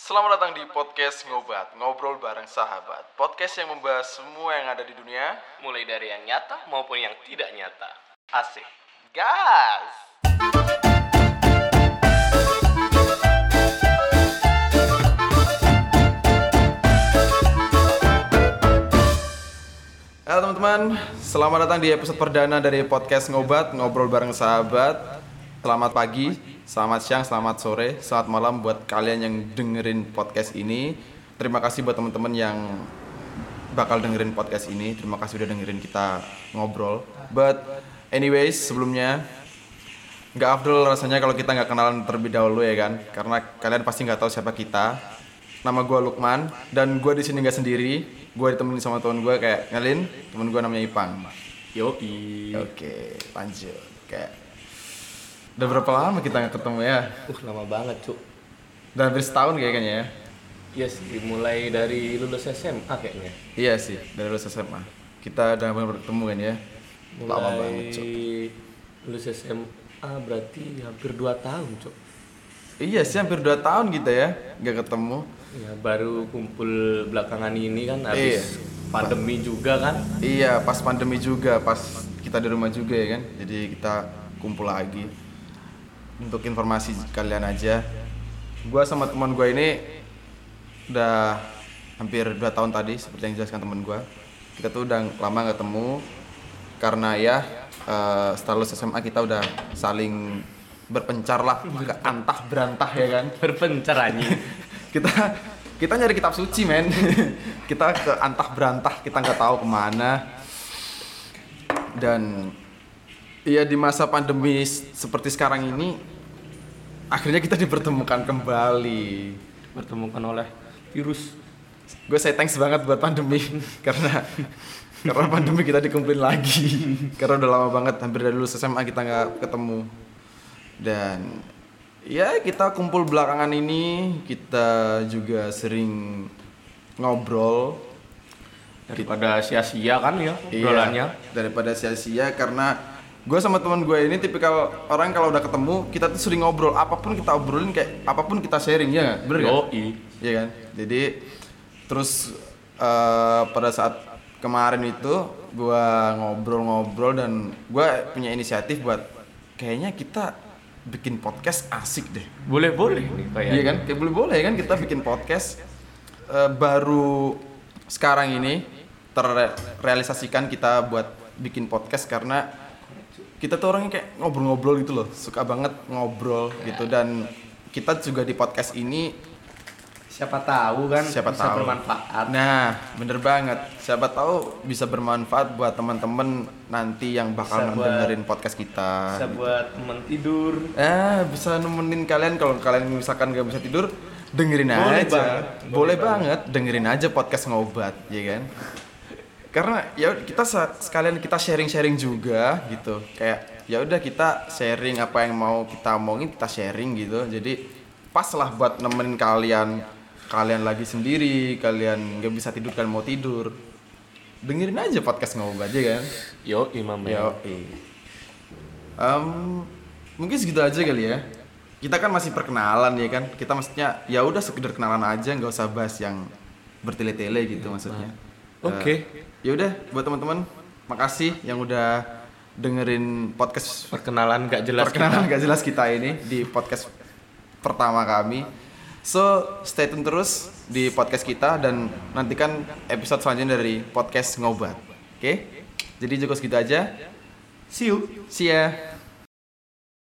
Selamat datang di podcast Ngobat, ngobrol bareng sahabat. Podcast yang membahas semua yang ada di dunia, mulai dari yang nyata maupun yang tidak nyata. Asik. gas! Halo teman-teman, selamat datang di episode perdana dari podcast Ngobat, ngobrol bareng sahabat. Selamat pagi, selamat siang, selamat sore, selamat malam buat kalian yang dengerin podcast ini. Terima kasih buat teman-teman yang bakal dengerin podcast ini. Terima kasih udah dengerin kita ngobrol. But anyways, sebelumnya nggak afdol rasanya kalau kita nggak kenalan terlebih dahulu ya kan? Karena kalian pasti nggak tahu siapa kita. Nama gue Lukman dan gue di sini nggak sendiri. Gue ditemenin sama teman gue kayak Ngelin, teman gue namanya Ipang. Yoi. Oke, lanjut. Kayak udah berapa lama kita nggak ketemu ya? Lama banget, Cuk. Udah hampir setahun kayaknya ya? Iya sih, mulai dari lulus SMA kayaknya. Iya sih, dari lulus SMA. Kita udah benar bertemu kan ya? Lama banget, Cuk. Lulus SMA berarti hampir 2 tahun, Cuk. Iya sih, hampir 2 tahun kita ya nggak ketemu. Ya, baru kumpul belakangan ini kan habis pandemi juga kan? Iya, pas pandemi juga, pas kita di rumah juga ya kan. Jadi kita kumpul lagi. Untuk informasi kalian aja, gue sama teman gue ini udah hampir 2 tahun tadi seperti yang dijelaskan teman gue. Kita tuh udah lama gak ketemu karena ya setelah lulus SMA kita udah saling berpencar lah, ke antah berantah ya kan. Berpencar anjing. kita nyari kitab suci men. Kita ke antah berantah, kita nggak tahu kemana. Dan iya, di masa pandemi seperti sekarang ini akhirnya kita dipertemukan kembali. Bertemukan oleh virus. Gue say thanks banget buat pandemi karena pandemi kita dikumpulin lagi. Karena udah lama banget, hampir dari lulus SMA kita nggak ketemu. Dan ya kita kumpul belakangan ini, kita juga sering ngobrol Daripada sia-sia kan ya obrolannya. Iya, daripada sia-sia karena gue sama teman gue ini tipikal orang kalau udah ketemu kita tuh sering ngobrol, apapun kita obrolin, kayak apapun kita sharing ya, bener kan? Iya kan? Jadi terus pada saat kemarin itu gue ngobrol-ngobrol dan gue punya inisiatif buat kayaknya kita bikin podcast asik deh. Boleh nih kayaknya. Iya kan? Kayak boleh kan kita bikin podcast. Baru sekarang ini terrealisasikan kita buat bikin podcast karena kita tuh orangnya kayak ngobrol-ngobrol gitu loh, suka banget ngobrol gitu. Dan kita juga di podcast ini siapa tahu kan bisa tahu bermanfaat. Nah, bener banget. Siapa tahu bisa bermanfaat buat teman-teman nanti yang bakal dengerin podcast kita. Bisa gitu. Buat temen tidur. Bisa nemenin kalian kalau kalian misalkan gak bisa tidur, dengerin Boleh aja. Boleh banget, dengerin aja podcast Ngobat, ya kan? Karena ya kita sekalian kita sharing-sharing juga gitu. Kayak ya udah kita sharing apa yang mau kita omongin, kita sharing gitu. Jadi pas lah buat nemenin kalian lagi sendiri, kalian gak bisa tidur, kalian mau tidur, dengerin aja podcast Ngobat aja kan. Imam. Mungkin segitu aja kali ya. Kita kan masih perkenalan ya kan. Kita maksudnya ya udah sekedar kenalan aja, nggak usah bahas yang bertele-tele gitu maksudnya. Oke. Ya udah buat teman-teman, makasih yang udah dengerin podcast Perkenalan gak jelas kita ini di podcast pertama kami. So, stay tune terus di podcast kita dan nantikan episode selanjutnya dari podcast Ngobat. Oke? Jadi cukup segitu aja. See ya.